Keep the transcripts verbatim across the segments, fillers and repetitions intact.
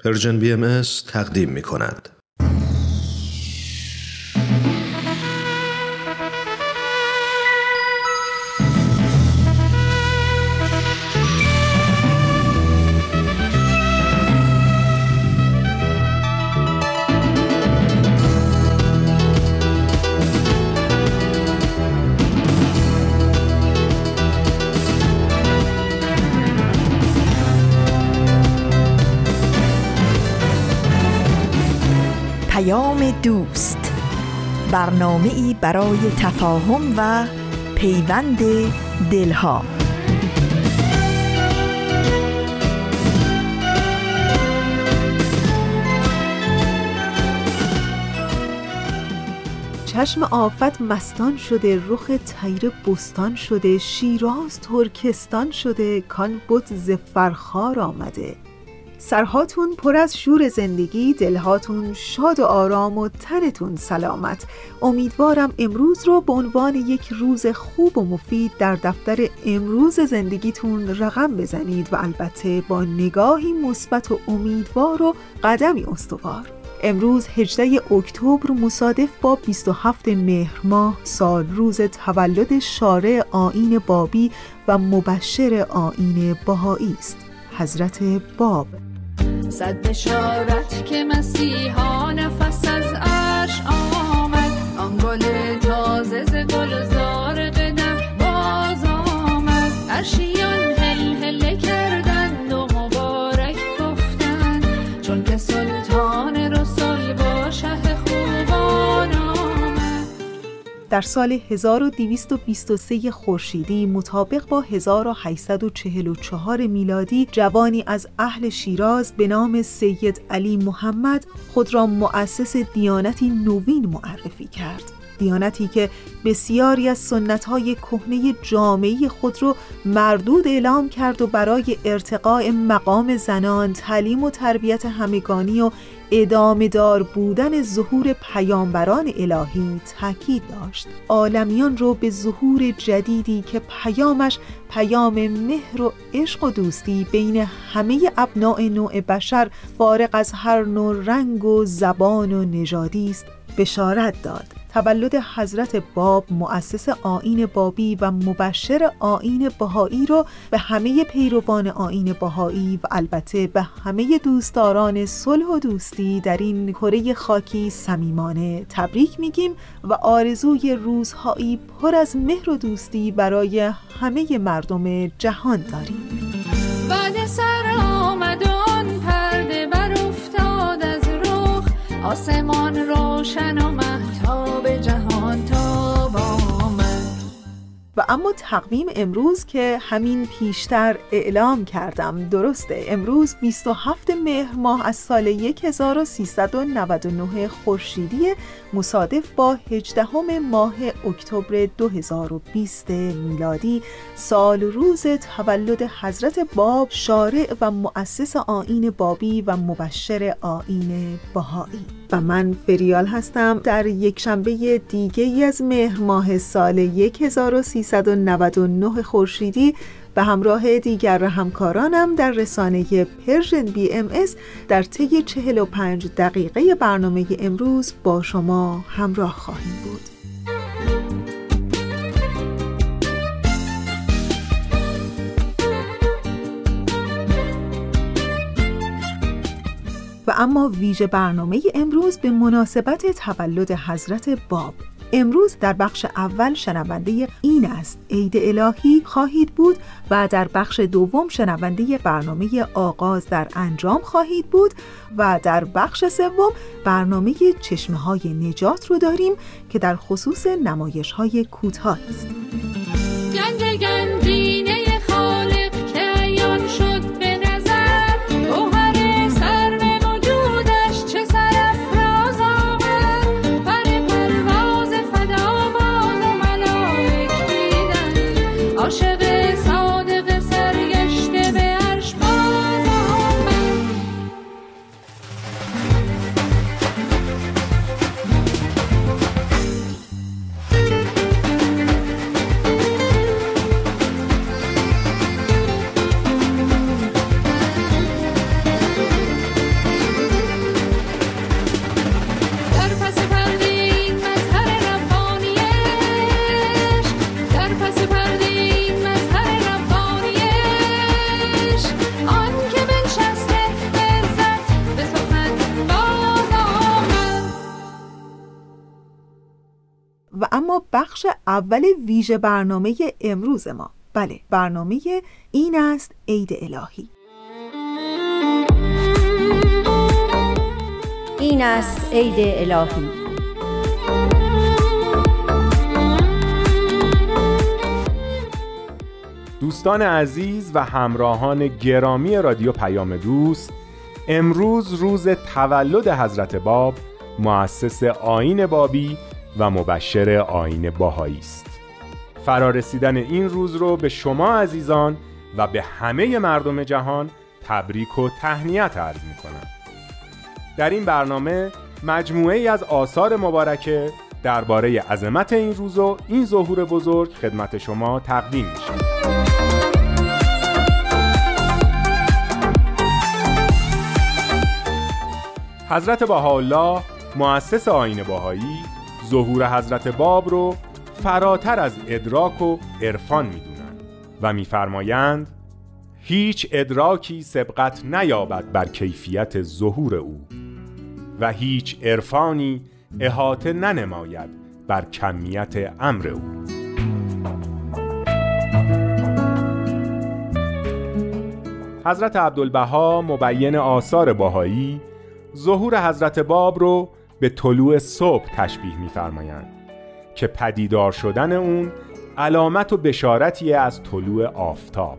پرژن بی ام اس تقدیم می کند. دوست، برنامه‌ای برای تفاهم و پیوند دلها. چشم آفت مستان شده، رخ طیر بستان شده، شیراز ترکستان شده، کان بت ز فرخار آمده. سرهاتون پر از شور زندگی، دلهاتون شاد و آرام و تنتون سلامت. امیدوارم امروز رو به عنوان یک روز خوب و مفید در دفتر امروز زندگیتون رقم بزنید و البته با نگاهی مثبت و امیدوار و قدمی استوار. امروز هجدهم اکتبر مصادف با بیست و هفتم مهر ماه، سال روز تولد شارع آیین بابی و مبشر آیین بهایی است، حضرت باب. صد بشارت که مسیحا نفس از عرش آمد، آن گل تازه ز گلزار قدم باز آمد. عرشیان هل هل کردند و مبارک گفتند، چون که سلطان رسول با شه خوبان آمد. در سال هزار و دویست و بیست و سه خورشیدی مطابق با هزار و هشتصد و چهل و چهار میلادی، جوانی از اهل شیراز به نام سید علی محمد خود را مؤسس دیانتی نوین معرفی کرد. دیانتی که بسیاری از سنت‌های کهنه جامعه خود را مردود اعلام کرد و برای ارتقاء مقام زنان، تعلیم و تربیت همگانی و ادامه دار بودن ظهور پیامبران الهی تاکید داشت. عالمیان رو به ظهور جدیدی که پیامش پیام مهر و عشق و دوستی بین همه ابناء نوع بشر فارغ از هر نوع رنگ و زبان و نژادی است بشارت داد. تولد حضرت باب، مؤسس آیین بابی و مبشر آیین بهایی رو به همه پیروان آیین بهایی و البته به همه دوستداران صلح و دوستی در این کره خاکی صمیمانه تبریک میگیم و آرزوی روزهایی پر از مهر و دوستی برای همه مردم جهان داریم. بعد سر آمد آن پرده بر افتاد از رخ، آسمان روشن و مهتاب جهان تاب آمد. و اما تقویم امروز که همین پیشتر اعلام کردم درسته. امروز بیست و هفتم مهر ماه از سال هزار و سیصد و نود و نه خورشیدی مصادف با هجدهم ماه اکتبر دو هزار و بیست میلادی، سال روز تولد حضرت باب، شارع و مؤسس آیین بابی و مبشر آیین بهایی. و من فریال هستم در یک شنبه دیگه ای از مهر ماه سال هزار و سیصد و نود و نه خورشیدی به همراه دیگر همکارانم در رسانه پرژن بی ام اس در طی چهل و پنج دقیقه برنامه امروز با شما همراه خواهیم بود. و اما ویژه برنامه امروز به مناسبت تولد حضرت باب. امروز در بخش اول شنونده این است عید الهی خواهید بود و در بخش دوم شنونده برنامه آغاز در انجام خواهید بود و در بخش سوم برنامه چشمه‌های نجات رو داریم که در خصوص نمایش‌های کوتاه است. گنج گنجینه خالق که عیان شد به نظر، گوهر سر به وجودش چه سرافراز آمد. پر پرواز فدا باز و ملائک دیدن، عاشق صادق سرگشته به عرش باز آمد. اما بخش اول ویژه برنامه امروز ما، بله، برنامه این است عید الهی. این است عید الهی. دوستان عزیز و همراهان گرامی رادیو پیام دوست، امروز روز تولد حضرت باب، مؤسس آیین بابی و مبشر آیین بهایی است. فرارسیدن این روز رو به شما عزیزان و به همه مردم جهان تبریک و تهنیت عرض می‌کنم. در این برنامه مجموعه‌ای از آثار مبارکه درباره عظمت این روز و این ظهور بزرگ خدمت شما تقدیم میشه. حضرت بهاءالله مؤسس آیین بهایی ظهور حضرت باب رو فراتر از ادراک و عرفان میدونن و میفرمایند هیچ ادراکی سبقت نیابد بر کیفیت ظهور او و هیچ عرفانی احاطه ننماید بر کمیت امر او. حضرت عبدالبها مبین آثار بهایی ظهور حضرت باب رو به طلوع صبح تشبیه می‌فرمایند که پدیدار شدن اون علامت و بشارتی از طلوع آفتاب.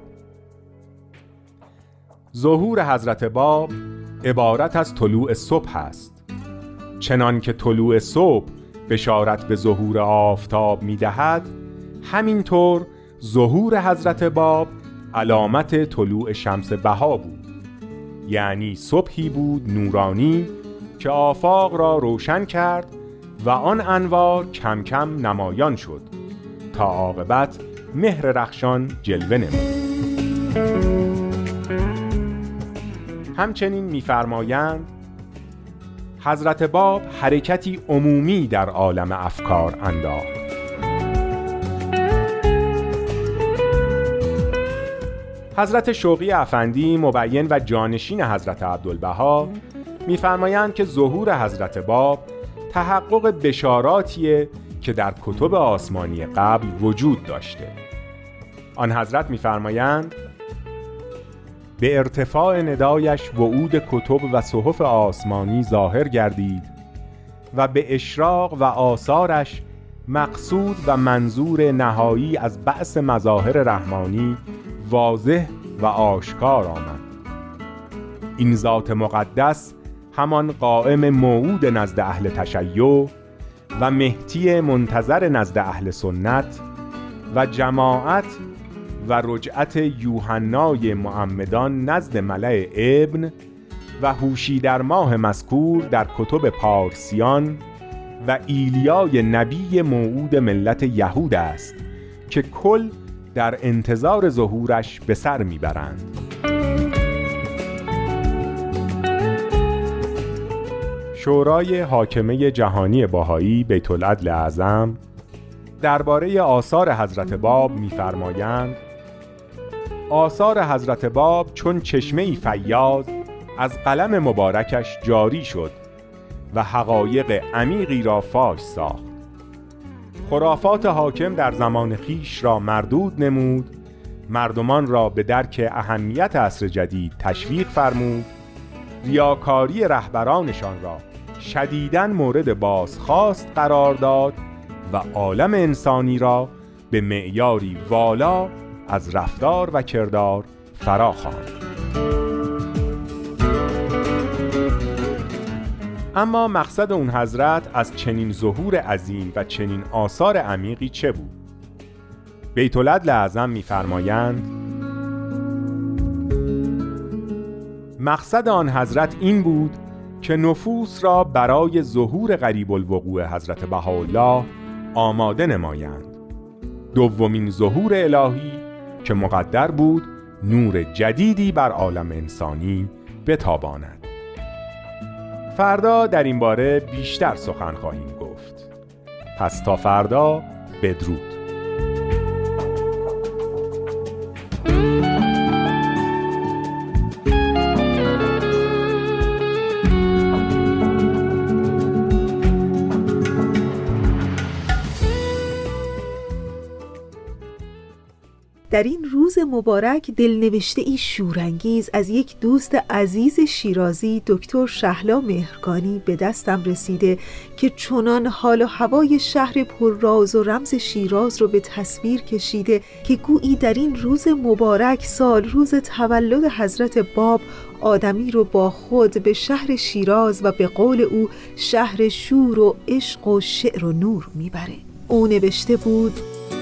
ظهور حضرت باب عبارت از طلوع صبح است. چنان که طلوع صبح بشارت به ظهور آفتاب می‌دهد، همینطور ظهور حضرت باب علامت طلوع شمس بها بود. یعنی صبحی بود نورانی که آفاق را روشن کرد و آن انوار کم کم نمایان شد تا عاقبت مهر رخشان جلوه نمود. همچنین می‌فرمایند حضرت باب حرکتی عمومی در عالم افکار انداخت. حضرت شوقی افندی مبین و جانشین حضرت عبدالبها می‌فرمایند که ظهور حضرت باب تحقق بشاراتیه که در کتب آسمانی قبل وجود داشته. آن حضرت می‌فرمایند به ارتفاع ندایش وعود کتب و صحف آسمانی ظاهر گردید و به اشراق و آثارش مقصود و منظور نهایی از بعث مظاهر رحمانی واضح و آشکار آمد. این ذات مقدس همان قائم موعود نزد اهل تشیع و مهدی منتظر نزد اهل سنت و جماعت و رجعت یوحنای معمدان نزد ملأ ابن و هوشی در ماه مذکور در کتب پارسیان و ایلیای نبی موعود ملت یهود است که کل در انتظار ظهورش به سر میبرند. شورای حاکمه جهانی بهایی بیت العدل اعظم درباره آثار حضرت باب می‌فرمایند آثار حضرت باب چون چشمه‌ای فیاض از قلم مبارکش جاری شد و حقایق عمیقی را فاش ساخت. خرافات حاکم در زمان خیش را مردود نمود، مردمان را به درک اهمیت عصر جدید تشویق فرمود، ریاکاری رهبرانشان را شدیداً مورد بازخواست قرار داد و عالم انسانی را به معیاری والا از رفتار و کردار فرا خواند. اما مقصد اون حضرت از چنین ظهور عظیم و چنین آثار عمیقی چه بود؟ بیت العدل اعظم می‌فرمایند مقصد آن حضرت این بود که نفوس را برای ظهور قریب الوقوع حضرت بهاءالله آماده نمایند. دومین ظهور الهی که مقدر بود نور جدیدی بر عالم انسانی بتاباند. فردا در این باره بیشتر سخن خواهیم گفت. پس تا فردا، بدرود. در این روز مبارک دلنوشته ای شورانگیز از یک دوست عزیز شیرازی دکتر شهلا مهرگانی به دستم رسیده که چنان حال و هوای شهر پر راز و رمز شیراز رو به تصویر کشیده که گویی در این روز مبارک سال روز تولد حضرت باب آدمی رو با خود به شهر شیراز و به قول او شهر شور و عشق و شعر و نور میبره. او نوشته بود: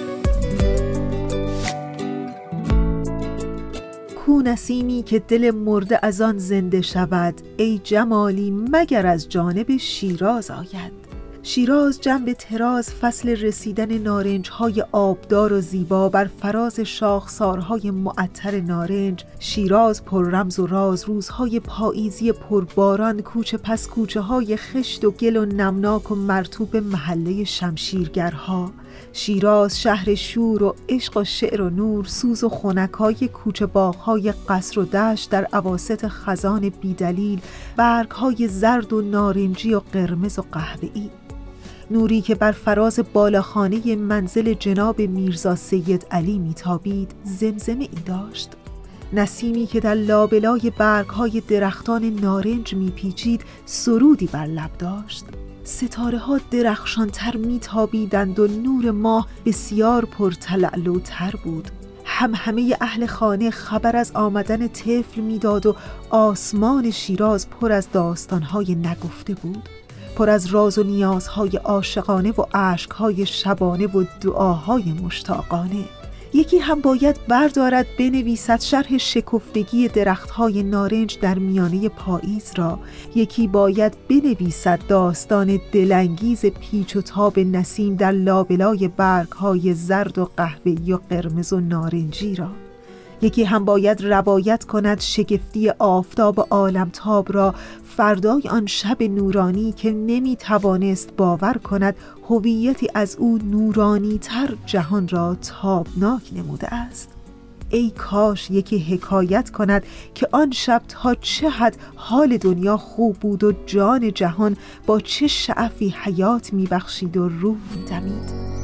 کو نسیمی که دل مرده از آن زنده شود، ای جمالی مگر از جانب شیراز آید. شیراز جنب تراز فصل رسیدن نارنج‌های آبدار و زیبا بر فراز شاخسارهای معطر نارنج. شیراز پر رمز و راز، روزهای پاییزی پرباران، کوچه پس کوچه های خشت و گل و نمناک و مرطوب محله شمشیرگرها. شیراز شهر شور و عشق و شعر و نور، سوز و خنکای کوچه باغ‌های قصر و دشت در اواسط خزان بیدلیل، برگ‌های زرد و نارنجی و قرمز و قهوه‌ای. نوری که بر فراز بالاخانه منزل جناب میرزا سید علی میتابید، زمزمه ای داشت. نسیمی که در لابلای برگ‌های درختان نارنج میپیچید، سرودی بر لب داشت. ستاره ها درخشانتر میتابیدند و نور ماه بسیار پرتلالوتر بود. هم همه اهل خانه خبر از آمدن طفل میداد و آسمان شیراز پر از داستانهای نگفته بود، پر از راز و نیازهای عاشقانه و اشکهای شبانه و دعاهای مشتاقانه. یکی هم باید بردارد بنویسد شرح شکفتگی درختهای نارنج در میانه پاییز را، یکی باید بنویسد داستان دلانگیز پیچ و تاب نسیم در لابلای برگهای زرد و قهوه‌ای و قرمز و نارنجی را، یکی هم باید روایت کند شگفتی آفتاب عالمتاب را فردای آن شب نورانی که نمی توانست باور کند هویتی از او نورانی تر جهان را تابناک نموده است. ای کاش یکی حکایت کند که آن شب تا چه حد حال دنیا خوب بود و جان جهان با چه شعفی حیات می بخشید و روح می دمید.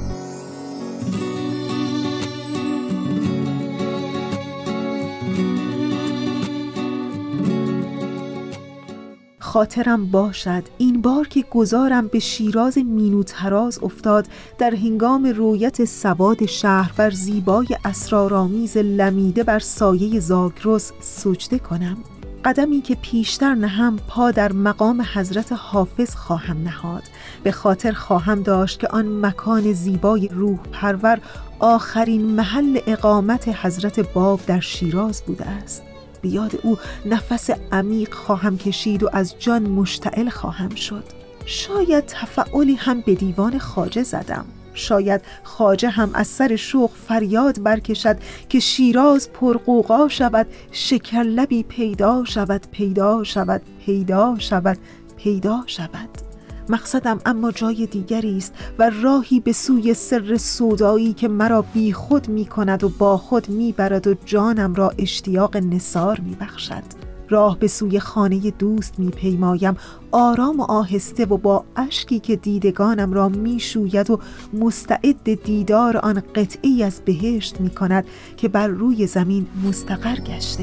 خاطرم باشد این بار که گذارم به شیراز مینوتراز افتاد، در هنگام رویت سواد شهر بر زیبای اسرارآمیز لمیده بر سایه زاگرس سجده کنم. قدمی که پیشتر نهم پا در مقام حضرت حافظ خواهم نهاد. به خاطر خواهم داشت که آن مکان زیبای روح پرور آخرین محل اقامت حضرت باب در شیراز بوده است. به یاد او نفس عمیق خواهم کشید و از جان مشتعل خواهم شد. شاید تفعلی هم به دیوان خواجه زدم. شاید خواجه هم از سر شوق فریاد برکشد که شیراز پرغوغا شود، شکرلبی پیدا شود، پیدا شود، پیدا شود، پیدا شود. مقصدم اما جای دیگری است و راهی به سوی سر سودایی که مرا بی خود می کند و با خود می برد و جانم را اشتیاق نثار می بخشد. راه به سوی خانه دوست می پیمایم، آرام و آهسته و با اشکی که دیدگانم را می شوید و مستعد دیدار آن قطعی از بهشت می کند که بر روی زمین مستقر گشته.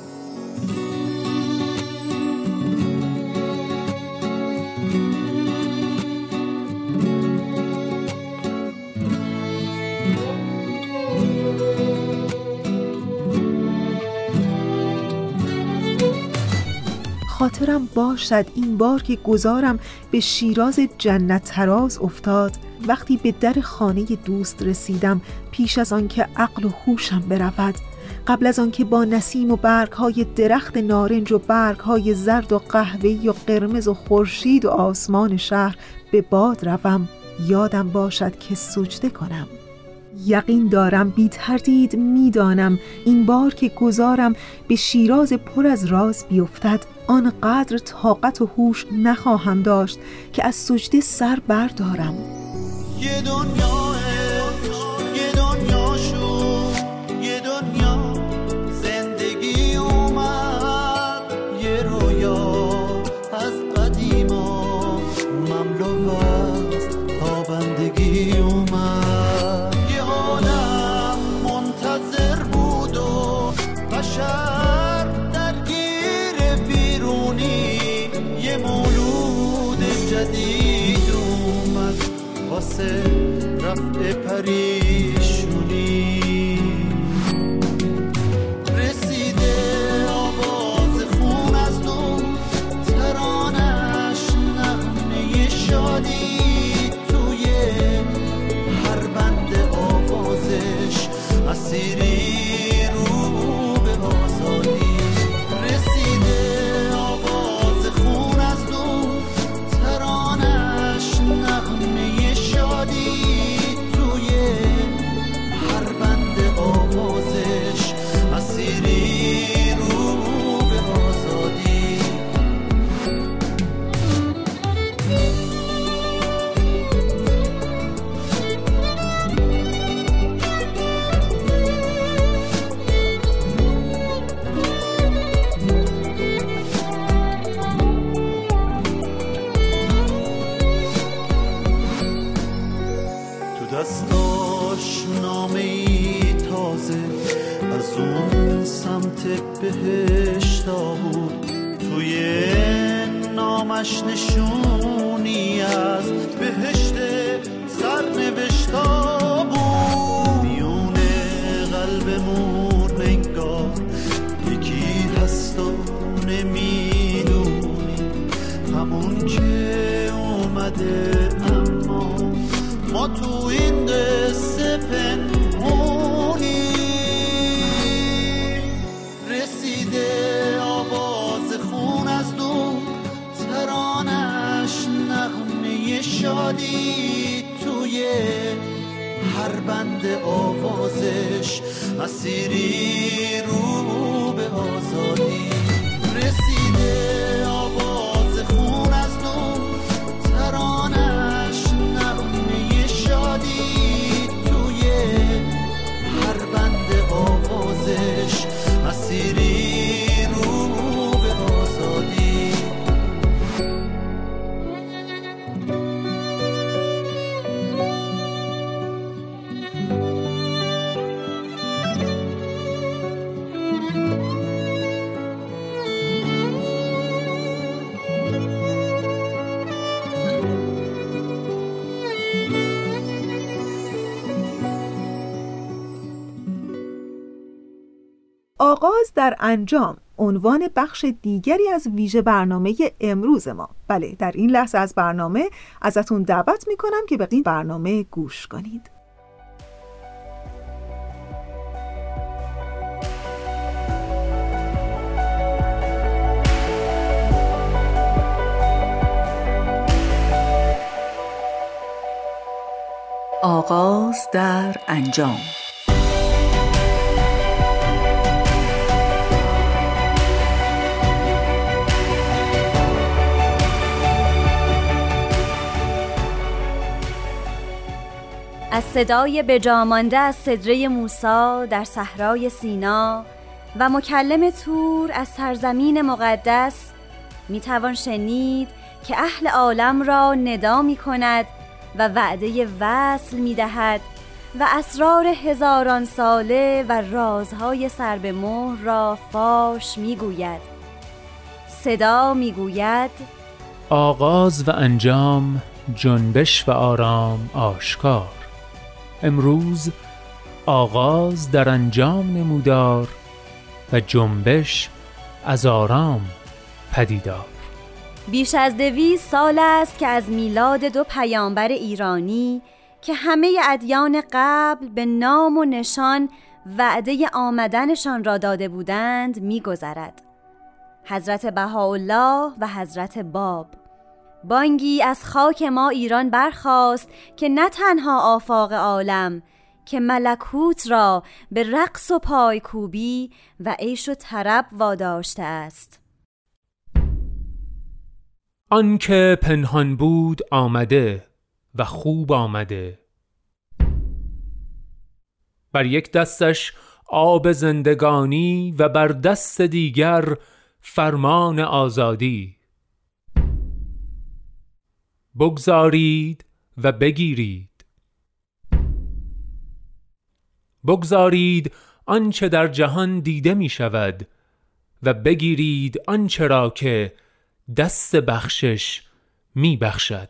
خاطرم باشد این بار که گذارم به شیراز جنت تراز افتاد، وقتی به در خانه دوست رسیدم، پیش از آن که عقل و هوشم برود، قبل از آن که با نسیم و برگ‌های درخت نارنج و برگ‌های زرد و قهوه‌ای و قرمز و خورشید و آسمان شهر به باد روم، یادم باشد که سجده کنم. یقین دارم، بی تردید میدانم این بار که گذارم به شیراز پر از راز بیفتد، آنقدر طاقت و هوش نخواهم داشت که از سجده سر بردارم. یه دنیا یه دنیا شو، یه دنیا زندگی اومد، یه رویا از قدیما مملو از تابندگی اومد، یه عالم منتظر جدید اومد واسه رفع پریشونی. رسیده آواز خون از دو ترانش نغمه شادی توی هر بند آوازش اسیری رو به آزادی. رسیده آواز خون از دو ترانش نغمه شادی توی هر بند آوازش اسیری رو به آزادی. تو دستاش نامه‌ای تازه از اون سمت بهشتا بود. توی نامش نشونی از بهشت سرنوشتا بود. میونه قلبمون انگار یکی هست و نمیدونی همون که اومده، اما ما تو این قصه پنهونی. رسیده آواز خون از دو ترانش نغمه شادی توی هر بند آوازش اسیری رو به آزادی. رسیده آواز خون از دو ترانش نغمه شادی توی هر بند آوازش اسیری رو به آزادی. آغاز در انجام عنوان بخش دیگری از ویژه برنامه امروز ما. بله، در این لحظه از برنامه ازتون دعوت میکنم که به این برنامه گوش کنید. آغاز در انجام. از صدای بجامانده از سدره موسی در صحرای سینا و مکلم تور از سرزمین مقدس می توان شنید که اهل عالم را ندا می کند و وعده وصل می دهد و اسرار هزاران ساله و رازهای سر به مهر را فاش می گوید. صدا می گوید آغاز و انجام، جنبش و آرام آشکار. امروز آغاز در انجام نمودار و جنبش از آرام پدیدار. بیش از دویست سال است که از میلاد دو پیامبر ایرانی که همه ادیان قبل به نام و نشان وعده آمدنشان را داده بودند می‌گذرد. حضرت بهاءالله و حضرت باب. بانگی از خاک ما ایران برخاست که نه تنها آفاق عالم که ملکوت را به رقص و پایکوبی و عیش و طرب واداشته است. آن که پنهان بود آمده و خوب آمده، بر یک دستش آب زندگانی و بر دست دیگر فرمان آزادی. بگذارید و بگیرید، بگذارید آنچه در جهان دیده می شود و بگیرید آنچه را که دست بخشش می بخشد.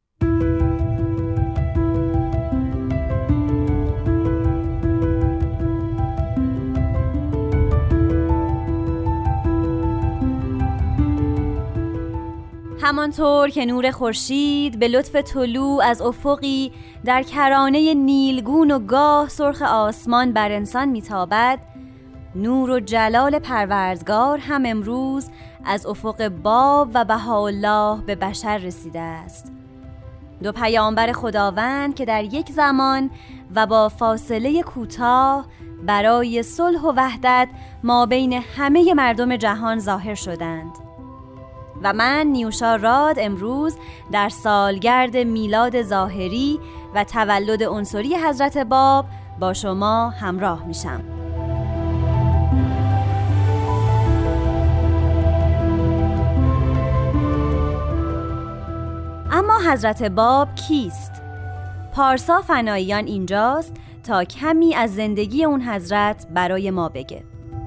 همانطور که نور خورشید به لطف طلوع از افقی در کرانه نیلگون و گاه سرخ آسمان بر انسان میتابد، نور و جلال پروردگار هم امروز از افق باب و بهاءالله به بشر رسیده است. دو پیامبر خداوند که در یک زمان و با فاصله کوتاه برای صلح و وحدت ما بین همه مردم جهان ظاهر شدند. و من نیوشا راد امروز در سالگرد میلاد ظاهری و تولد عنصری حضرت باب با شما همراه میشم. اما حضرت باب کیست؟ پارسا فناییان اینجاست تا کمی از زندگی اون حضرت برای ما بگه.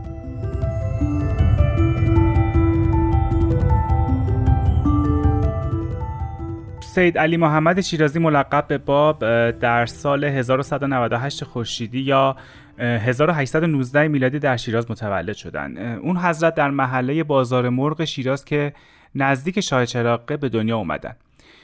سید علی محمد شیرازی ملقب به باب در سال هزار و صد و نود و هشت خورشیدی یا هزار و هشتصد و نوزده میلادی در شیراز متولد شدند. اون حضرت در محله بازار مرغ شیراز که نزدیک شاه چراغه به دنیا اومدن.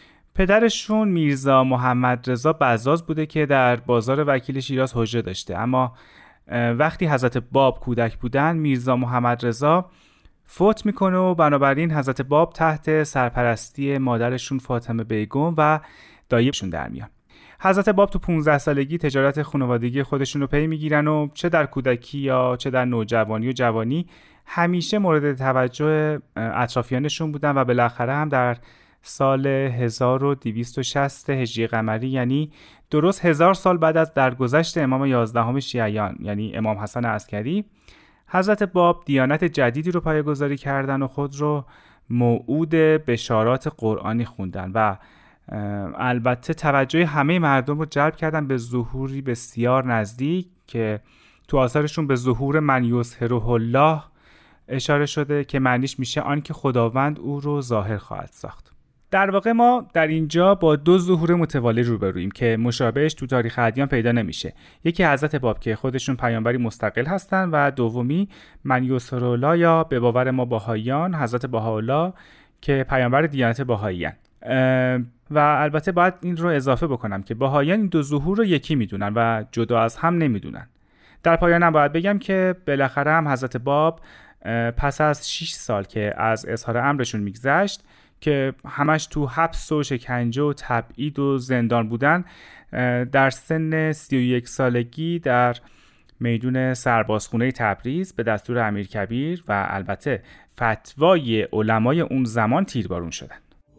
پدرشون میرزا محمد رضا بزاز بوده که در بازار وکیل شیراز حجره داشته، اما وقتی حضرت باب کودک بودن میرزا محمد رضا فوت میکنه و بنابراین حضرت باب تحت سرپرستی مادرشون فاطمه بیگم و دایه‌شون در میان. حضرت باب تو پانزده سالگی تجارت خانوادگی خودشون رو پی میگیرن و چه در کودکی یا چه در نوجوانی و جوانی همیشه مورد توجه اطرافیانشون بودن و بالاخره هم در سال هزار و دویست و شصت هجری قمری، یعنی درست هزار سال بعد از درگذشت امام یازدهم شیعیان یعنی امام حسن عسکری، حضرت باب دیانت جدیدی رو پایه‌گذاری کردن و خود رو موعود بشارات قرآنی خوندن و البته توجه همه مردم رو جلب کردن به ظهوری بسیار نزدیک که تو آثارشون به ظهور من یظهره الله اشاره شده که معنیش میشه آن که خداوند او رو ظاهر خواهد ساخت. در واقع ما در اینجا با دو ظهور متوالی روبرویم که مشابهش تو تاریخ ادیان پیدا نمیشه. یکی حضرت باب که خودشون پیامبری مستقل هستن و دومی من یظهره الله یا به باور ما بهائیان حضرت بهاءالله که پیامبر دیانت بهائیان. و البته باید این رو اضافه بکنم که بهائیان این دو ظهور رو یکی میدونن و جدا از هم نمیدونن. در پایان هم باید بگم که بالاخره هم حضرت باب پس از شش سال که از اظهار امرشون میگذشت که همش تو حبس و شکنجه و تبعید و زندان بودن، در سن سی و یک سالگی در میدون سربازخونه تبریز به دستور امیرکبیر و البته فتوای علمای اون زمان تیربارون شدن.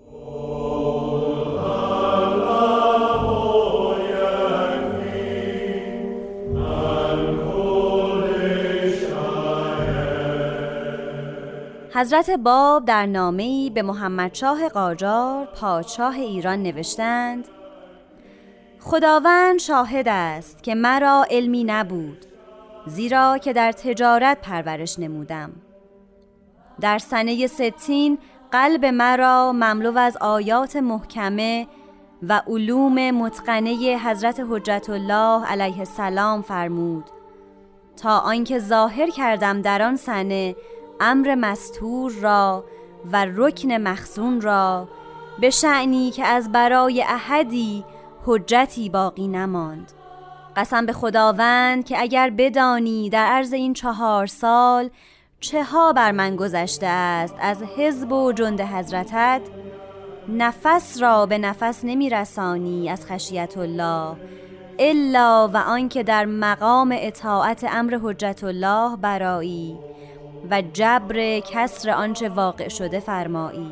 حضرت باب در نامه‌ای به محمد شاه قاجار پادشاه ایران نوشتند: خداوند شاهد است که مرا علمی نبود، زیرا که در تجارت پرورش نمودم. در سنه ستین قلب مرا مملو از آیات محکمه و علوم متقنه حضرت حجت الله علیه السلام فرمود تا آنکه ظاهر کردم در آن سنه امر مستور را و رکن مخزون را به شأنی که از برای احدی حجتی باقی نماند. قسم به خداوند که اگر بدانی در عرض این چهار سال چه ها بر من گذشته است از حزب و جند حضرتت، نفس را به نفس نمی رسانی از خشیت الله الا و آنکه در مقام اطاعت امر حجت الله برایی و جبر کسر آنچه واقع شده فرمایی.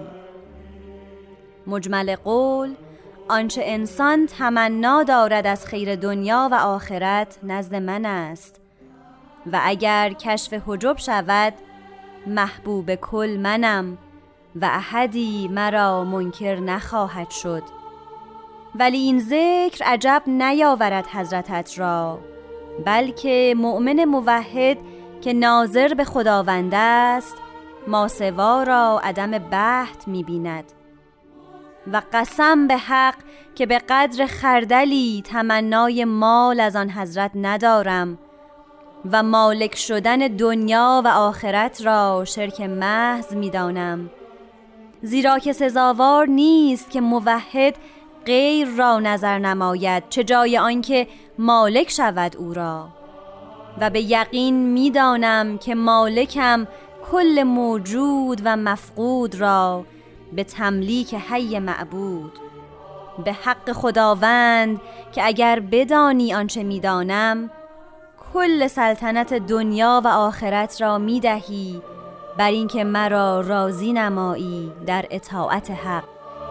مجمل قول آنچه انسان تمنا دارد از خیر دنیا و آخرت نزد من است و اگر کشف حجب شود محبوب کل منم و احدی مرا منکر نخواهد شد. ولی این ذکر عجب نیاورد حضرتت را، بلکه مؤمن موحد که ناظر به خداوند است ماسوا را عدم بحث می بیند. و قسم به حق که به قدر خردلی تمنای مال از آن حضرت ندارم و مالک شدن دنیا و آخرت را شرک محض می‌دانم، زیرا که سزاوار نیست که موحد غیر را نظر نماید، چه جای آنکه مالک شود او را. و به یقین می‌دانم که مالکم کل موجود و مفقود را به تملیک حی معبود. به حق خداوند که اگر بدانی آنچه می‌دانم، کل سلطنت دنیا و آخرت را می‌دهی بر اینکه مرا راضی نمایی در اطاعت حق.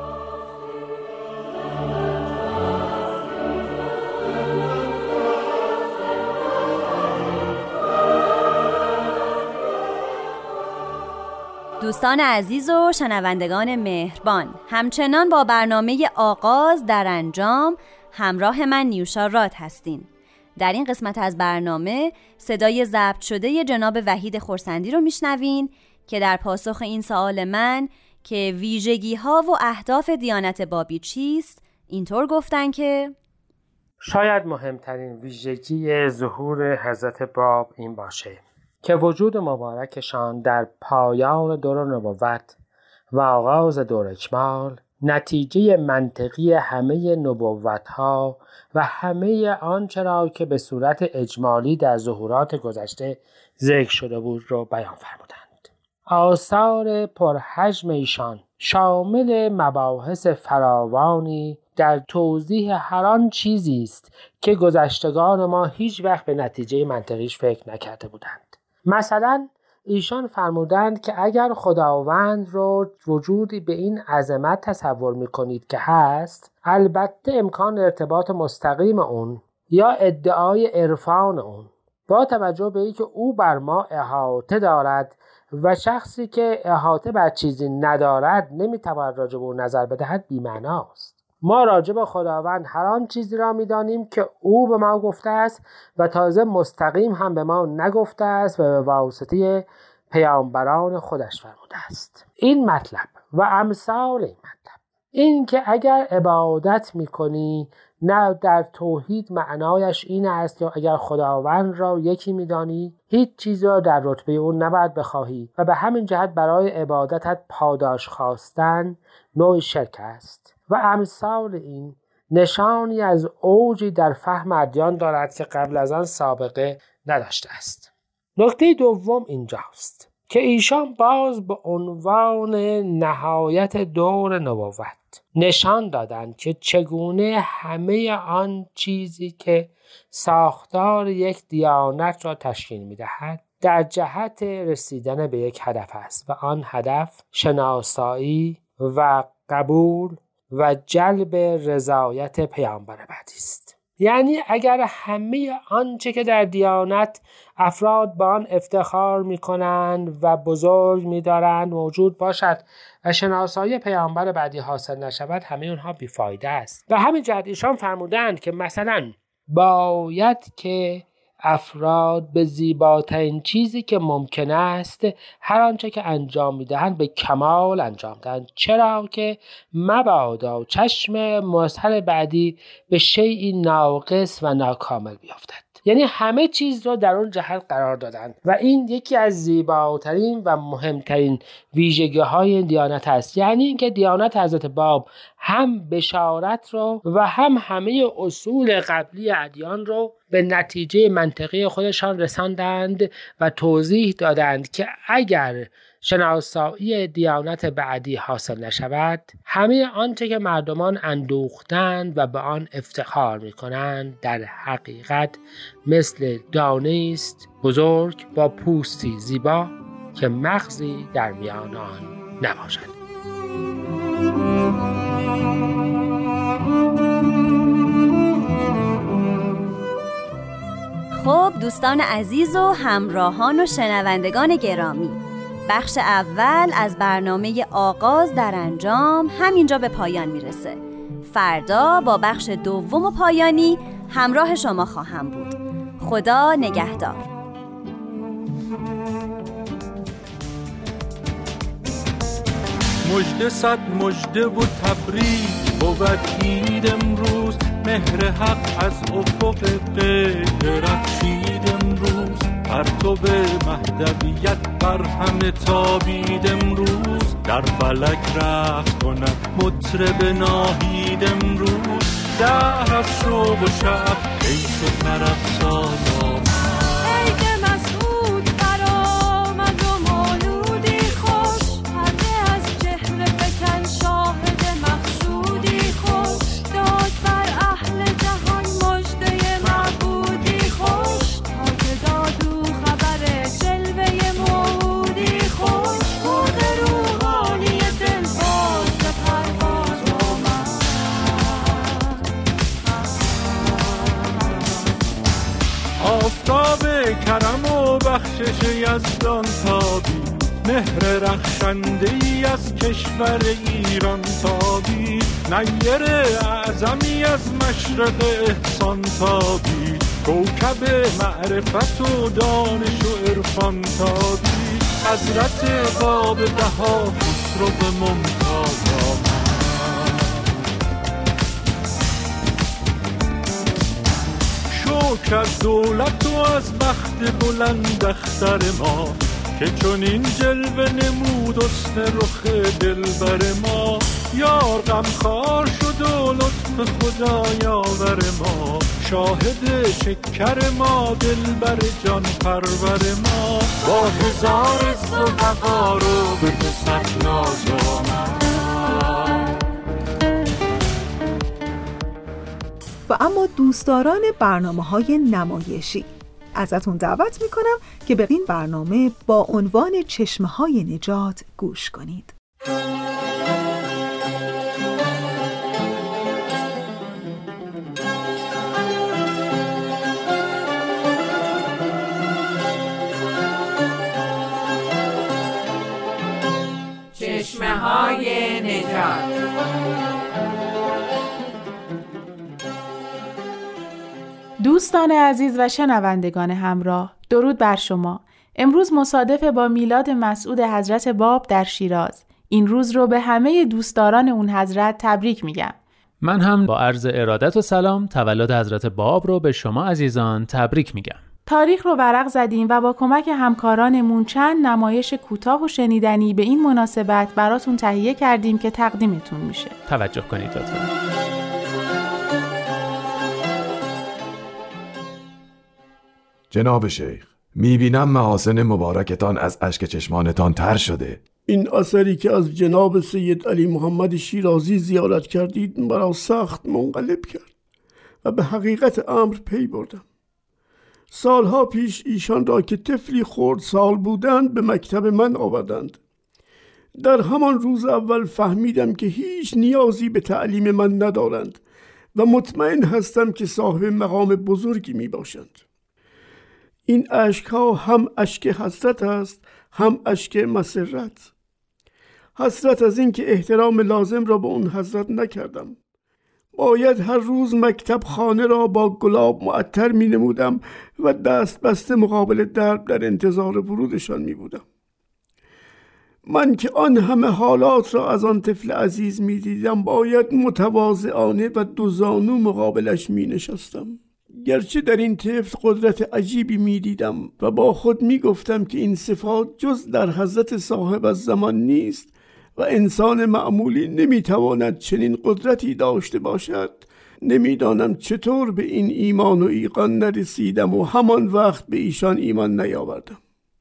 دوستان عزیز و شنوندگان مهربان، همچنان با برنامه آغاز در انجام همراه من نیوشا راد هستین. در این قسمت از برنامه صدای ضبط شده جناب وحید خرسندی رو میشنوین که در پاسخ این سوال من که ویژگی ها و اهداف دیانت بابی چیست اینطور گفتن که شاید مهمترین ویژگی ظهور حضرت باب این باشه که وجود مبارکشان در پایان دور نبوت و آغاز دور اکمال نتیجه منطقی همه نبوت‌ها و همه آنچه را که به صورت اجمالی در ظهورات گذشته ذکر شده بود را بیان فرمودند. آثار پرحجم ایشان شامل مباحث فراوانی در توضیح هر آن چیزی است که گذشتگان ما هیچ وقت به نتیجه منطقیش فکر نکرده بودند. مثلا ایشان فرمودند که اگر خداوند رو وجودی به این عظمت تصور میکنید که هست، البته امکان ارتباط مستقیم اون یا ادعای عرفان اون با توجه به اینکه او بر ما احاطه دارد و شخصی که احاطه بر چیزی ندارد نمیتواند راجع به اون نظر بدهد بی‌معناست. ما راجع به خداوند هر آن چیزی را می‌دانیم که او به ما گفته است و تازه مستقیم هم به ما نگفته است و به واسطه پیامبران خودش فرموده است. این مطلب و امثال این مطلب، این که اگر عبادت می‌کنی نه در توحید معنایش این است که اگر خداوند را یکی می‌دانی هیچ چیزی را در رتبه اون نباید بخواهی و به همین جهت برای عبادتت پاداش خواستن نوع شرک است. و امثال این نشانی از اوجی در فهم ادیان دارد که قبل از آن سابقه نداشته است. نکته دوم اینجاست که ایشان باز به عنوان نهایت دور نبوت نشان دادند که چگونه همه آن چیزی که ساختار یک دیانت را تشکیل می‌دهد در جهت رسیدن به یک هدف است و آن هدف شناسایی و قبول و جلب رضایت پیامبر بعدی است. یعنی اگر همه آنچه که در دیانت افراد با آن افتخار می‌کنند و بزرگ می‌دارند موجود باشد و شناسایی پیامبر بعدی حاصل نشود، همه اونها بیفایده است. و همین جهت ایشان فرمودند که مثلا باید که افراد به زیباترین چیزی که ممکن است هر آنچه که انجام میدهند به کمال انجام دهند، چرا که مبادا چشم مظهر بعدی به شیئی ناقص و ناکامل بیفتد. یعنی همه چیز را در اون جهت قرار دادند و این یکی از زیباترین و مهمترین ویژگی های دیانت است. یعنی اینکه دیانت حضرت باب هم بشارت رو و هم همه اصول قبلی ادیان رو به نتیجه منطقی خودشان رساندند و توضیح دادند که اگر شناسایی دیانت بعدی حاصل نشود، همه آنچه که مردمان اندوختند و به آن افتخار می‌کنند در حقیقت مثل دانه است بزرگ با پوستی زیبا که مغزی در میان آن نباشد. خب دوستان عزیز و همراهان و شنوندگان گرامی، بخش اول از برنامه آغاز در انجام همینجا به پایان میرسه. فردا با بخش دوم و پایانی همراه شما خواهم بود. خدا نگهدار. مژده صد مژده و تبریک بود عید امروز، مهر حق از افق غیر رخشید امروز، پرتو مهدویت بر همه تابید امروز، در فلک رفت کند مطرب ناهید امروز، دهر از شوق و شب ای شد نرفت ساز آمد. عید مسعود برآمد و مولودی خوش، پرده از چهره فکن شاهد مقصودی خوش، داد بر اهل جهان مژده معبودی خوش، تا که داد او خبر جلوه موعودی خوش، بود روحانی دل باز به پرواز آمد. آفتاب کرم و بخشش یزدان تابی، مهر رخشنده ای از کشور ایران تابی، نیر اعظمی از مشرق احسان تابی، کوکب معرفت و دانش و عرفان تابی، حضرت باب بها خسرو ممتاز آمد. شکر از دولت و از بخت بلند اختر ما، که چون این جلوه نمود حسن رخ دلبر ما، یار غمخوار شد و لطف خدا یاور ما، شاهد شکر ما دلبر جان پرور ما، با هزار صدقا رو به پسر ناز آمد. و اما دوستداران برنامه‌های نمایشی، ازتون دعوت میکنم که به این برنامه با عنوان چشمه‌های نجات گوش کنید. چشمه‌های نجات. دوستان عزیز و شنوندگان همراه، درود بر شما. امروز مصادف با میلاد مسعود حضرت باب در شیراز. این روز رو به همه دوستداران اون حضرت تبریک میگم. من هم با عرض ارادت و سلام تولد حضرت باب رو به شما عزیزان تبریک میگم. تاریخ رو ورق زدیم و با کمک همکارانمون چند نمایش کوتاه و شنیدنی به این مناسبت براتون تهیه کردیم که تقدیمتون میشه. توجه کنید لطفاً. جناب شیخ، میبینم محاسن مبارکتان از اشک چشمانتان تر شده. این اثری که از جناب سید علی محمد شیرازی زیارت کردید مرا سخت منقلب کرد و به حقیقت امر پی بردم. سالها پیش ایشان را که طفلی خرد سال بودند به مکتب من آوردند. در همان روز اول فهمیدم که هیچ نیازی به تعلیم من ندارند و مطمئن هستم که صاحب مقام بزرگی می باشند. این اشک ها هم اشک حسرت است هم اشک مسرت. حسرت از این که احترام لازم را به اون حضرت نکردم. باید هر روز مکتب خانه را با گلاب معطر می نمودم و دست بسته مقابل درب در انتظار ورودشان می بودم. من که آن همه حالات را از آن طفل عزیز می دیدم باید متواضعانه و دوزانو مقابلش می نشستم. گرچه در این طفل قدرت عجیبی می دیدم و با خود می گفتم که این صفات جز در حضرت صاحب الزمان نیست و انسان معمولی نمی تواند چنین قدرتی داشته باشد، نمی دانم چطور به این ایمان و ایقان نرسیدم و همان وقت به ایشان ایمان نیاوردم.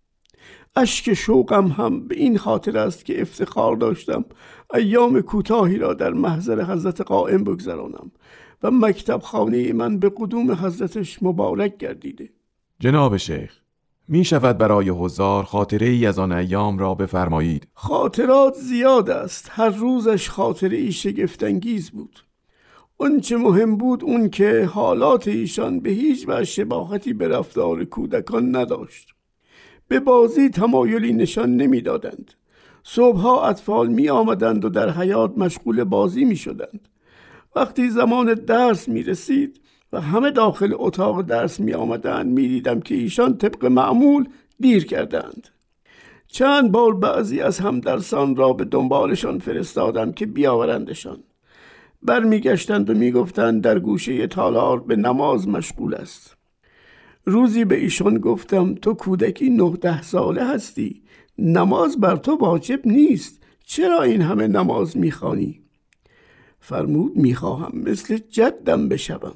اشک شوقم هم به این خاطر است که افتخار داشتم ایام کوتاهی را در محضر حضرت قائم بگذرانم و مکتب خانه من به قدوم حضرتش مبارک گردیده. جناب شیخ، می شود برای حضار خاطره ای از آن ایام را بفرمایید؟ خاطرات زیاد است، هر روزش خاطره ای شگفت‌انگیز بود. اون چه مهم بود اون که حالات ایشان به هیچ وجه شباهتی به رفتار کودکان نداشت. به بازی تمایلی نشان نمی دادند. صبحها اطفال می آمدند و در حیاط مشغول بازی می شدند. وقتی زمان درس می رسید و همه داخل اتاق درس می آمدند می دیدم که ایشان طبق معمول دیر کردند. چند بار بعضی از همدرسان را به دنبالشان فرستادم که بیاورندشان. برمیگشتند و میگفتند در گوشه تالار به نماز مشغول است. روزی به ایشان گفتم تو کودکی نه ده ساله هستی، نماز بر تو واجب نیست، چرا این همه نماز میخوانی؟ فرمود میخواهم مثل جدم بشوم.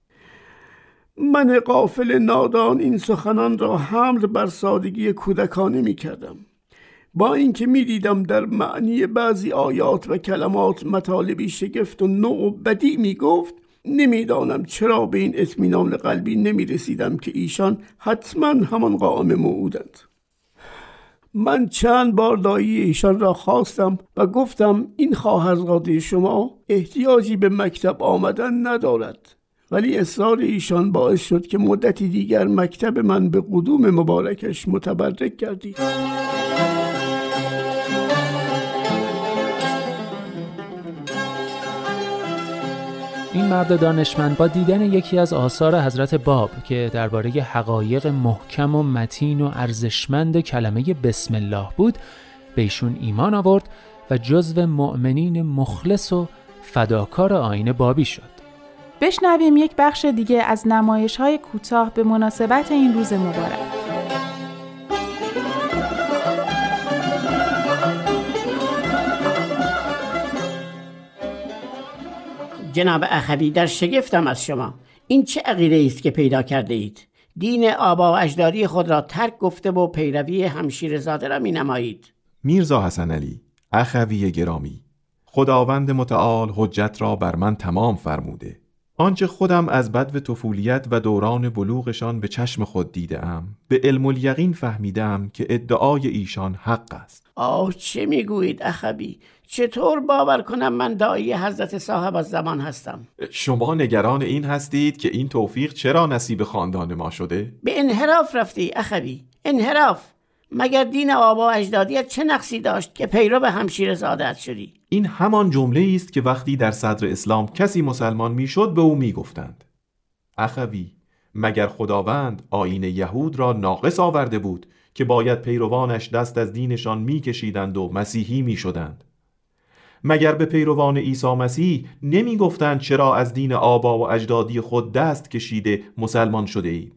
من غافل نادان این سخنان را حمل بر سادگی کودکانه میکردم، با اینکه میدیدم در معنی بعضی آیات و کلمات مطالبی شگفت و نوع و بدیع میگفت. نمیدانم چرا به این اطمینان قلبی نمیرسیدم که ایشان حتما همان قائم موعودند. من چند بار دایی ایشان را خواستم و گفتم این خواهرزاده شما احتیاجی به مکتب آمدن ندارد، ولی اصرار ایشان باعث شد که مدتی دیگر مکتب من به قدوم مبارکش متبرک گردید. این مرد دانشمند با دیدن یکی از آثار حضرت باب که درباره حقایق محکم و متین و ارزشمند کلمه بسم الله بود به ایشون ایمان آورد و جزو مؤمنین مخلص و فداکار آیین بابی شد. بشنویم یک بخش دیگه از نمایش‌های کوتاه به مناسبت این روز مبارک. جناب اخوی، در شگفتم از شما. این چه عقیده است که پیدا کرده اید؟ دین آبا و اجدادی خود را ترک گفته و پیروی همشیرزاده را می نمایید. میرزا حسن علی، اخوی گرامی، خداوند متعال حجت را بر من تمام فرموده. آنچه خودم از بدو طفولیت و دوران بلوغشان به چشم خود دیدم، به علم الیقین فهمیدم که ادعای ایشان حق است. آه چه میگویید اخوی؟ چطور باور کنم من داعی حضرت صاحب الزمان هستم؟ شما نگران این هستید که این توفیق چرا نصیب خاندان ما شده؟ به انحراف رفتی اخوی، انحراف. مگر دین آبا و اجدادیت چه نقصی داشت که پیرو به همشیرزاده‌ات شدی؟ این همان جمله است که وقتی در صدر اسلام کسی مسلمان میشد به او میگفتند. اخوی، مگر خداوند آیین یهود را ناقص آورده بود که باید پیروانش دست از دینشان میکشیدند و مسیحی میشدند؟ مگر به پیروان عیسی مسیح نمی گفتند چرا از دین آبا و اجدادی خود دست کشیده مسلمان شده اید؟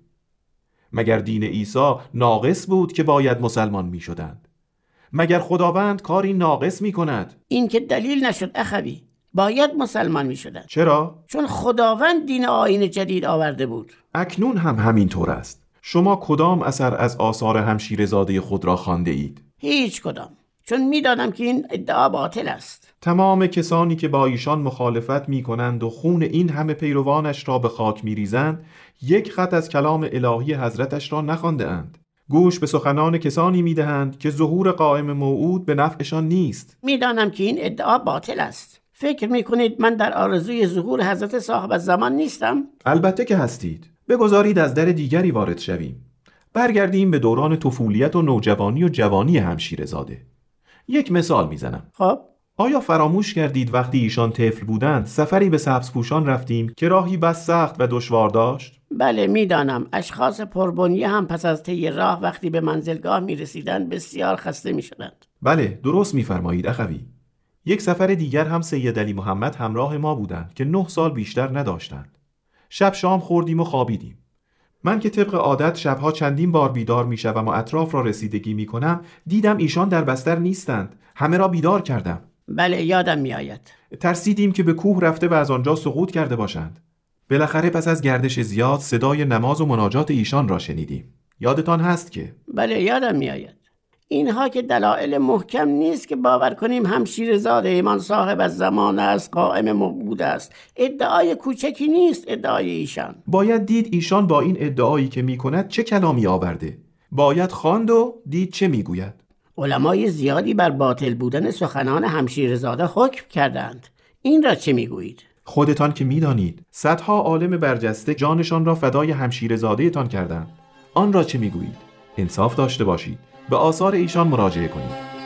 مگر دین عیسی ناقص بود که باید مسلمان می شدند؟ مگر خداوند کاری ناقص می کند؟ این که دلیل نشد اخوی، باید مسلمان می شدند. چرا؟ چون خداوند دین آیین جدید آورده بود. اکنون هم همین طور است. شما کدام اثر از آثار همشیرزاده خود را خوانده اید؟ هیچ کدام، چون می دانم که این ادعا باطل است. تمام کسانی که با ایشان مخالفت می کنند و خون این همه پیروانش را به خاک می ریزند، یک خط از کلام الهی حضرتش را نخوانده اند. گوش به سخنان کسانی می دهند که ظهور قائم موعود به نفعشان نیست. می دانم که این ادعا باطل است. فکر می کنید من در آرزوی ظهور حضرت صاحب الزمان نیستم؟ البته که هستید. بگذارید از در دیگری وارد شویم. برگردیم به دوران طفولیت و نوجوانی و جوانی همشیرزاده. یک مثال می زنم. خب آیا فراموش کردید وقتی ایشان طفل بودند سفری به سبزپوشان رفتیم که راهی بس سخت و دشوار داشت؟ بله میدانم. اشخاص پربنیه هم پس از طی راه وقتی به منزلگاه می رسیدند بسیار خسته می شدند. بله درست می فرمایید اخوی. یک سفر دیگر هم سید علی محمد همراه ما بودند که نه سال بیشتر نداشتند. شب شام خوردیم و خوابیدیم. من که طبق عادت شبها چندین بار بیدار می شوم و اطراف را رسیدگی می کنم، دیدم ایشان در بستر نیستند. همه را بیدار کردم. بله یادم می آید. ترسیدیم که به کوه رفته و از آنجا سقوط کرده باشند. بالاخره پس از گردش زیاد صدای نماز و مناجات ایشان را شنیدیم. یادتان هست که؟ بله یادم می آید. اینها که دلایل محکم نیست که باور کنیم همشیرزاده ایمان صاحب از زمان است، قائم موعود است. ادعای کوچکی نیست ادعای ایشان. باید دید ایشان با این ادعایی که می کند چه کلامی آورده. باید خواند و دید چه می گوید. علمای زیادی بر باطل بودن سخنان همشیرزاده حکم کردند. این را چه می گویید؟ خودتان که می دانید صدها عالم برجسته جانشان را فدای همشیرزاده تان کردند. آن را چه می گویید؟ انصاف داشته باشید. به آثار ایشان مراجعه کنید.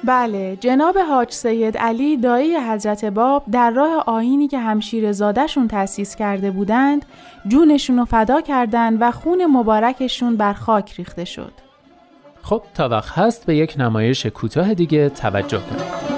بله، جناب حاج سید علی دایی حضرت باب در راه آیینی که همشیره زادشون تأسیس کرده بودند جونشون رو فدا کردند و خون مبارکشون بر خاک ریخته شد. خب تا وقت هست به یک نمایش کوتاه دیگه توجه کنید.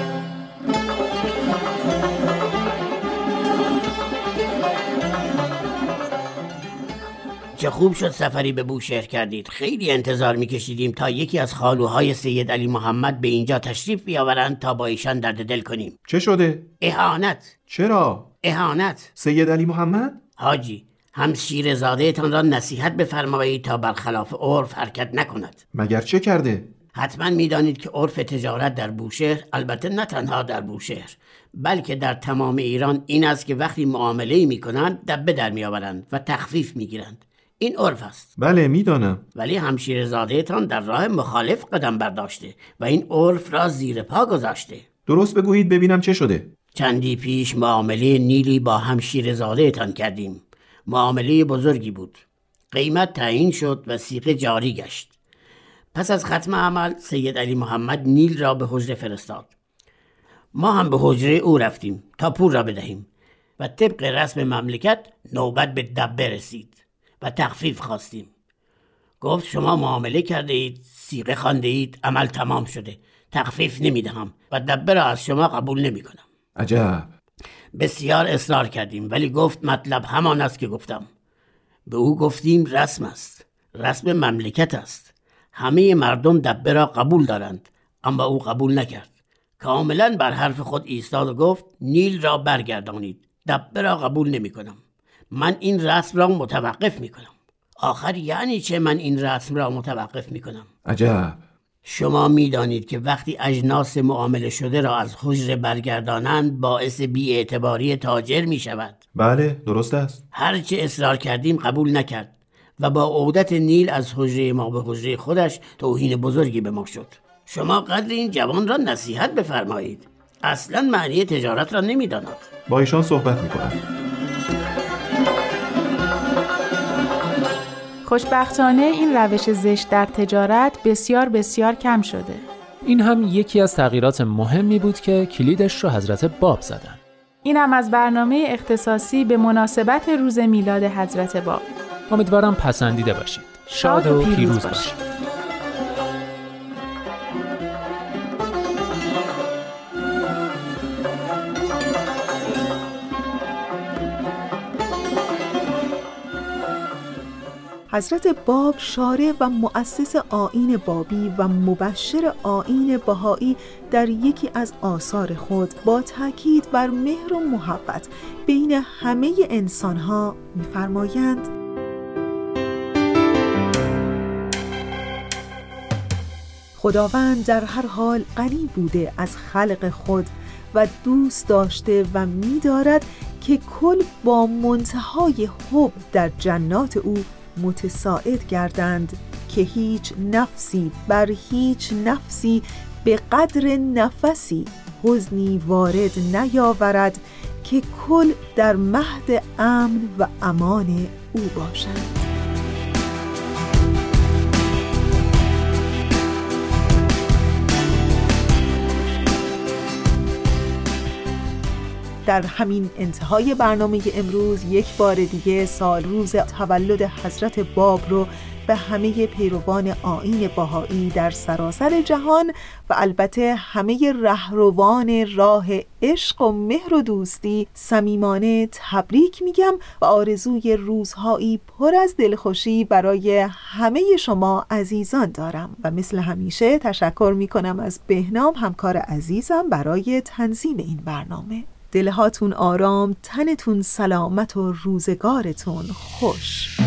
چه خوب شد سفری به بوشهر کردید. خیلی انتظار میکشیدیم تا یکی از خالوهای سید علی محمد به اینجا تشریف بیاورند تا با ایشان درد دل کنیم. چه شده؟ اهانت. چرا؟ اهانت. سید علی محمد؟ حاجی، همشیره زاده تان را نصیحت بفرمایید تا برخلاف عرف حرکت نکند. مگر چه کرده؟ حتما میدانید که عرف تجارت در بوشهر، البته نه تنها در بوشهر بلکه در تمام ایران این است که وقتی معامله‌ای میکنند دبه در میآورند و تخفیف میگیرند. این عرف است. بله میدانم. ولی همشیره زاده تان در راه مخالف قدم برداشته و این عرف را زیر پا گذاشته. درست بگویید ببینم چه شده. چندی پیش معامله نیلی با همشیره زاده تان کردیم. معامله بزرگی بود. قیمت تعیین شد و سیغه جاری گشت. پس از ختم عمل سید علی محمد نیل را به حجره فرستاد. ما هم به حجره او رفتیم تا پول را بدهیم و طبق رسم مملکت نوبت به دبه رسید و تخفیف خواستیم. گفت شما معامله کرده اید، صیغه خوانده اید، عمل تمام شده، تخفیف نمیدهم و دبه را از شما قبول نمی کنم. عجب. بسیار اصرار کردیم ولی گفت مطلب همان است که گفتم. به او گفتیم رسم است، رسم مملکت است، همه مردم دبه را قبول دارند، اما او قبول نکرد. کاملا بر حرف خود ایستاد و گفت نیل را برگردانید، دبه را قبول نمی کنم. من این رسم را متوقف می کنم. آخر یعنی چه من این رسم را متوقف می کنم؟ عجب. شما می دانید که وقتی اجناس معامله شده را از حجره برگردانند باعث بی‌اعتباری تاجر می شود. بله درست است. هرچه اصرار کردیم قبول نکرد و با عودت نیل از حجره ما به حجره خودش توهین بزرگی به ما شد. شما قدر این جوان را نصیحت بفرمایید. اصلا معنی تجارت را نمی داند. با ایشان صحبت می کنم. خوشبختانه این روش زشت در تجارت بسیار بسیار کم شده. این هم یکی از تغییرات مهمی بود که کلیدش رو حضرت باب زدن. این هم از برنامه اختصاصی به مناسبت روز میلاد حضرت باب. امیدوارم پسندیده باشید. شاد و پیروز باشید. حضرت باب شارع و مؤسس آیین بابی و مبشر آیین بهایی در یکی از آثار خود با تاکید بر مهر و محبت بین همه انسانها می‌فرمایند: خداوند در هر حال غنی بوده از خلق خود و دوست داشته و می‌دارد که کل با منتهای حب در جنات او متساعد گردند که هیچ نفسی بر هیچ نفسی به قدر نفسی حزنی وارد نیاورد که کل در مهد امن و امان او باشند. در همین انتهای برنامه امروز یک بار دیگه سال روز تولد حضرت باب رو به همه پیروان آیین بهایی در سراسر جهان و البته همه رهروان راه عشق و مهر و دوستی صمیمانه تبریک میگم و آرزوی روزهایی پر از دلخوشی برای همه شما عزیزان دارم و مثل همیشه تشکر میکنم از بهنام همکار عزیزم برای تنظیم این برنامه. دلهاتون آرام، تنتون سلامت و روزگارتون خوش.